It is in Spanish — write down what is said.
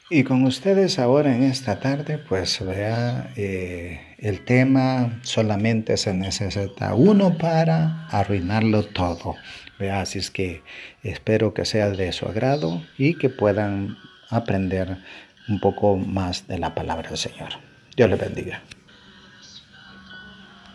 Y con ustedes ahora en esta tarde, pues vea, el tema solamente se necesita uno para arruinarlo todo. Vea, así es que espero que sea de su agrado y que puedan aprender un poco más de la palabra del Señor. Dios les bendiga.